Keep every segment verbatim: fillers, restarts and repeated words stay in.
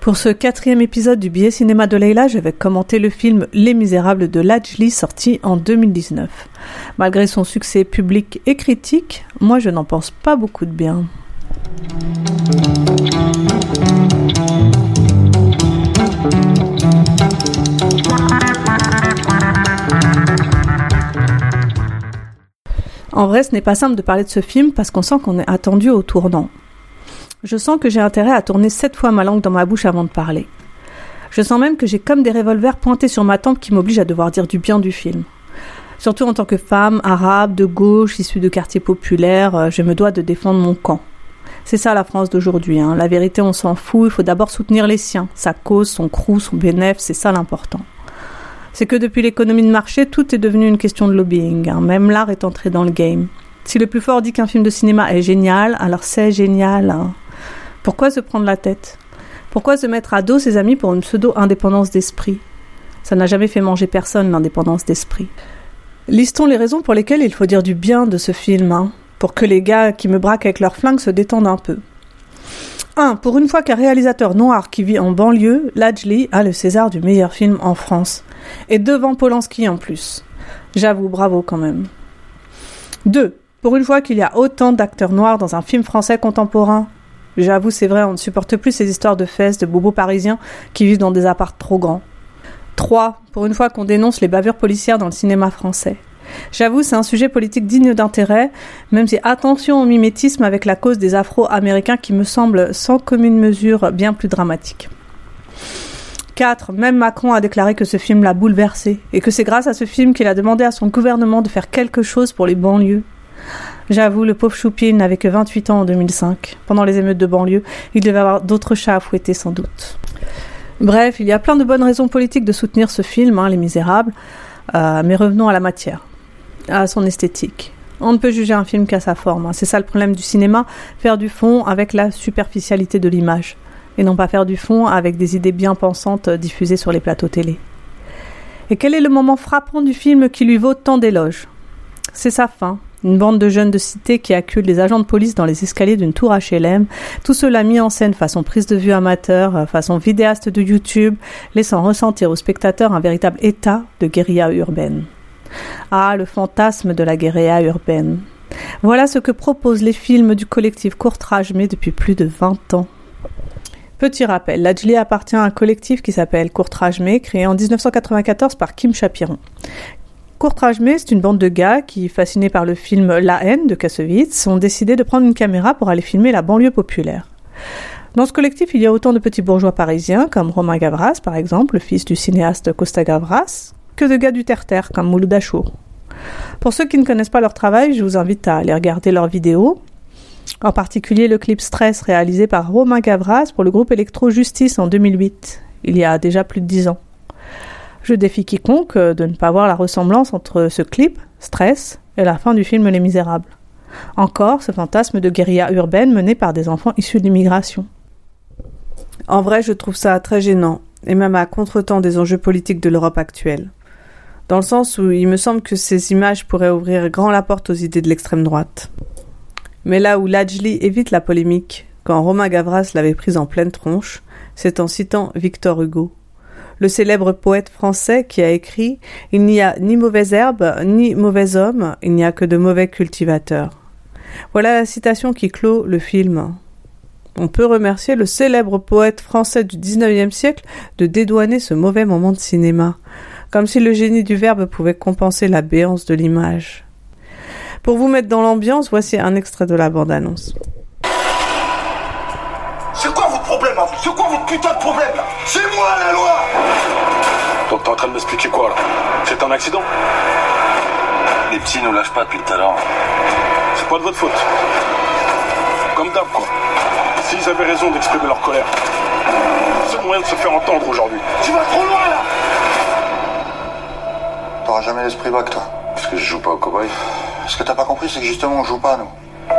Pour ce quatrième épisode du billet cinéma de Leïla, je vais commenter le film Les Misérables de Lajli, sorti en deux mille dix-neuf. Malgré son succès public et critique, moi je n'en pense pas beaucoup de bien. En vrai, ce n'est pas simple de parler de ce film parce qu'on sent qu'on est attendu au tournant. Je sens que j'ai intérêt à tourner sept fois ma langue dans ma bouche avant de parler. Je sens même que j'ai comme des revolvers pointés sur ma tempe qui m'obligent à devoir dire du bien du film. Surtout en tant que femme, arabe, de gauche, issue de quartiers populaires, je me dois de défendre mon camp. C'est ça la France d'aujourd'hui, hein. La vérité on s'en fout, il faut d'abord soutenir les siens, sa cause, son crew, son bénéfice, c'est ça l'important. C'est que depuis l'économie de marché, tout est devenu une question de lobbying, hein. Même l'art est entré dans le game. Si le plus fort dit qu'un film de cinéma est génial, alors c'est génial, hein. Pourquoi se prendre la tête ? Pourquoi se mettre à dos ses amis pour une pseudo-indépendance d'esprit ? Ça n'a jamais fait manger personne, l'indépendance d'esprit. Listons les raisons pour lesquelles il faut dire du bien de ce film, hein, pour que les gars qui me braquent avec leurs flingues se détendent un peu. un. Pour une fois qu'un réalisateur noir qui vit en banlieue, Lajli a le César du meilleur film en France. Et devant Polanski en plus. J'avoue, bravo quand même. deux. Pour une fois qu'il y a autant d'acteurs noirs dans un film français contemporain. J'avoue, c'est vrai, on ne supporte plus ces histoires de fesses, de bobos parisiens qui vivent dans des apparts trop grands. trois. Pour une fois qu'on dénonce les bavures policières dans le cinéma français. J'avoue, c'est un sujet politique digne d'intérêt, même si attention au mimétisme avec la cause des Afro-Américains qui me semble sans commune mesure bien plus dramatique. quatre. Même Macron a déclaré que ce film l'a bouleversé, et que c'est grâce à ce film qu'il a demandé à son gouvernement de faire quelque chose pour les banlieues. J'avoue, le pauvre Choupi n'avait que vingt-huit ans en deux mille cinq. Pendant les émeutes de banlieue, il devait avoir d'autres chats à fouetter sans doute. Bref, il y a plein de bonnes raisons politiques de soutenir ce film, hein, Les Misérables, euh, mais revenons à la matière, à son esthétique. On ne peut juger un film qu'à sa forme, hein. C'est ça le problème du cinéma, faire du fond avec la superficialité de l'image, et non pas faire du fond avec des idées bien pensantes diffusées sur les plateaux télé. Et quel est le moment frappant du film qui lui vaut tant d'éloges ? C'est sa fin. Une bande de jeunes de cité qui acculent les agents de police dans les escaliers d'une tour H L M, tout cela mis en scène façon prise de vue amateur, façon vidéaste de YouTube, laissant ressentir aux spectateurs un véritable état de guérilla urbaine. Ah, le fantasme de la guérilla urbaine. Voilà ce que proposent les films du collectif Courtrage-Mais depuis plus de vingt ans. Petit rappel, Lajli appartient à un collectif qui s'appelle Courtrage-Mais, créé en dix-neuf cent quatre-vingt-quatorze par Kim Chapiron. Courtrage-Mais, c'est une bande de gars qui, fascinés par le film La haine de Kassovitz, ont décidé de prendre une caméra pour aller filmer la banlieue populaire. Dans ce collectif, il y a autant de petits bourgeois parisiens, comme Romain Gavras, par exemple, le fils du cinéaste Costa Gavras, que de gars du terre-terre, comme Mouloud Achour. Pour ceux qui ne connaissent pas leur travail, je vous invite à aller regarder leurs vidéos, en particulier le clip Stress réalisé par Romain Gavras pour le groupe Electro Justice en deux mille huit, il y a déjà plus de dix ans. Je défie quiconque de ne pas voir la ressemblance entre ce clip, Stress, et la fin du film Les Misérables. Encore ce fantasme de guérilla urbaine menée par des enfants issus de l'immigration. En vrai, je trouve ça très gênant, et même à contretemps des enjeux politiques de l'Europe actuelle. Dans le sens où il me semble que ces images pourraient ouvrir grand la porte aux idées de l'extrême droite. Mais là où Lajli évite la polémique, quand Romain Gavras l'avait prise en pleine tronche, c'est en citant Victor Hugo. Le célèbre poète français qui a écrit « Il n'y a ni mauvaise herbe, ni mauvais homme, il n'y a que de mauvais cultivateurs ». Voilà la citation qui clôt le film. On peut remercier le célèbre poète français du dix-neuvième siècle de dédouaner ce mauvais moment de cinéma, comme si le génie du verbe pouvait compenser la béance de l'image. Pour vous mettre dans l'ambiance, voici un extrait de la bande-annonce. C'est quoi votre problème, hein ? C'est quoi votre putain de problème, là ? C'est moi, la loi ! Donc t'es en train de m'expliquer quoi, là ? C'est un accident ? Les petits nous lâchent pas depuis tout à l'heure. C'est pas de votre faute. Comme d'hab, quoi. S'ils avaient raison d'exprimer leur colère, c'est le moyen de se faire entendre aujourd'hui. Tu vas trop loin, là ! T'auras jamais l'esprit bac, toi. Parce que je joue pas au cow-boy. Ce que t'as pas compris, c'est que justement, on joue pas, nous.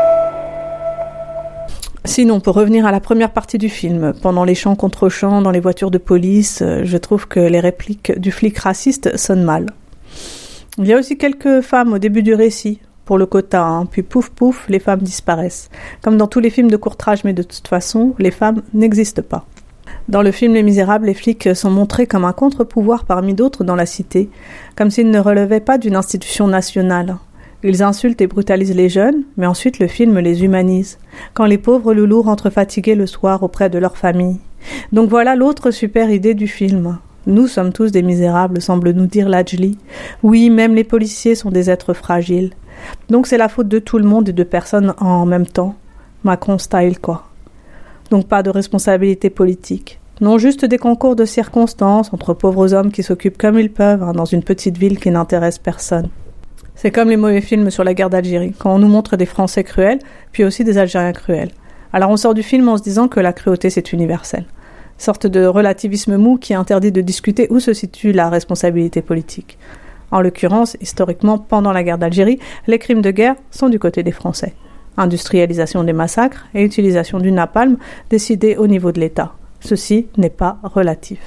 Sinon, pour revenir à la première partie du film, pendant les chants contre chants dans les voitures de police, je trouve que les répliques du flic raciste sonnent mal. Il y a aussi quelques femmes au début du récit, pour le quota, hein, puis pouf pouf, les femmes disparaissent. Comme dans tous les films de Courtrage, mais de toute façon, les femmes n'existent pas. Dans le film Les Misérables, les flics sont montrés comme un contre-pouvoir parmi d'autres dans la cité, comme s'ils ne relevaient pas d'une institution nationale. Ils insultent et brutalisent les jeunes, mais ensuite le film les humanise, quand les pauvres loulous rentrent fatigués le soir auprès de leur famille. Donc voilà l'autre super idée du film. Nous sommes tous des misérables, semble nous dire Lajli. Oui, même les policiers sont des êtres fragiles. Donc c'est la faute de tout le monde et de personne en même temps. Macron style, quoi. Donc pas de responsabilité politique. Non, juste des concours de circonstances entre pauvres hommes qui s'occupent comme ils peuvent hein, dans une petite ville qui n'intéresse personne. C'est comme les mauvais films sur la guerre d'Algérie, quand on nous montre des Français cruels, puis aussi des Algériens cruels. Alors on sort du film en se disant que la cruauté c'est universel. Sorte de relativisme mou qui interdit de discuter où se situe la responsabilité politique. En l'occurrence, historiquement, pendant la guerre d'Algérie, les crimes de guerre sont du côté des Français. Industrialisation des massacres et utilisation du napalm décidée au niveau de l'État. Ceci n'est pas relatif.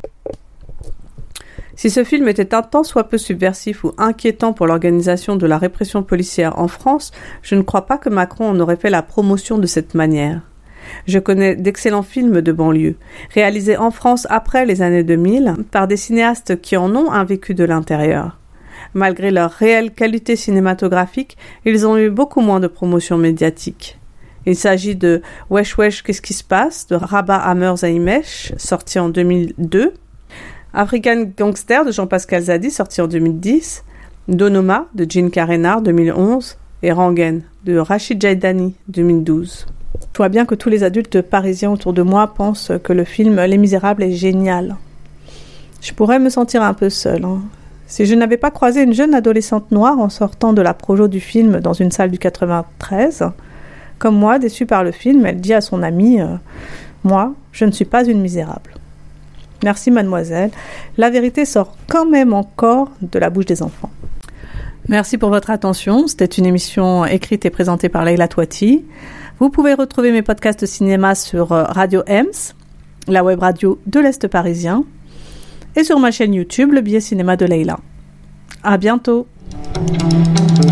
Si ce film était un tant soit peu subversif ou inquiétant pour l'organisation de la répression policière en France, je ne crois pas que Macron en aurait fait la promotion de cette manière. Je connais d'excellents films de banlieue, réalisés en France après les années deux mille, par des cinéastes qui en ont un vécu de l'intérieur. Malgré leur réelle qualité cinématographique, ils ont eu beaucoup moins de promotion médiatique. Il s'agit de Wesh Wesh, qu'est-ce qui se passe de Rabat Hammer Zaimesh, sorti en deux mille deux, African Gangster de Jean-Pascal Zadi, sorti en deux mille dix, Donoma de Jean Carénard, deux mille onze, et Rangen de Rachid Jaidani, deux mille douze. Je vois bien que tous les adultes parisiens autour de moi pensent que le film Les Misérables est génial. Je pourrais me sentir un peu seule. Hein. Si je n'avais pas croisé une jeune adolescente noire en sortant de la projo du film dans une salle du quatre-vingt-treize, comme moi, déçue par le film, elle dit à son amie euh, « Moi, je ne suis pas une misérable. » Merci mademoiselle. La vérité sort quand même encore de la bouche des enfants. Merci pour votre attention. C'était une émission écrite et présentée par Leila Touati. Vous pouvez retrouver mes podcasts cinéma sur Radio Ems, la web radio de l'Est parisien, et sur ma chaîne YouTube, le billet cinéma de Leila. À bientôt.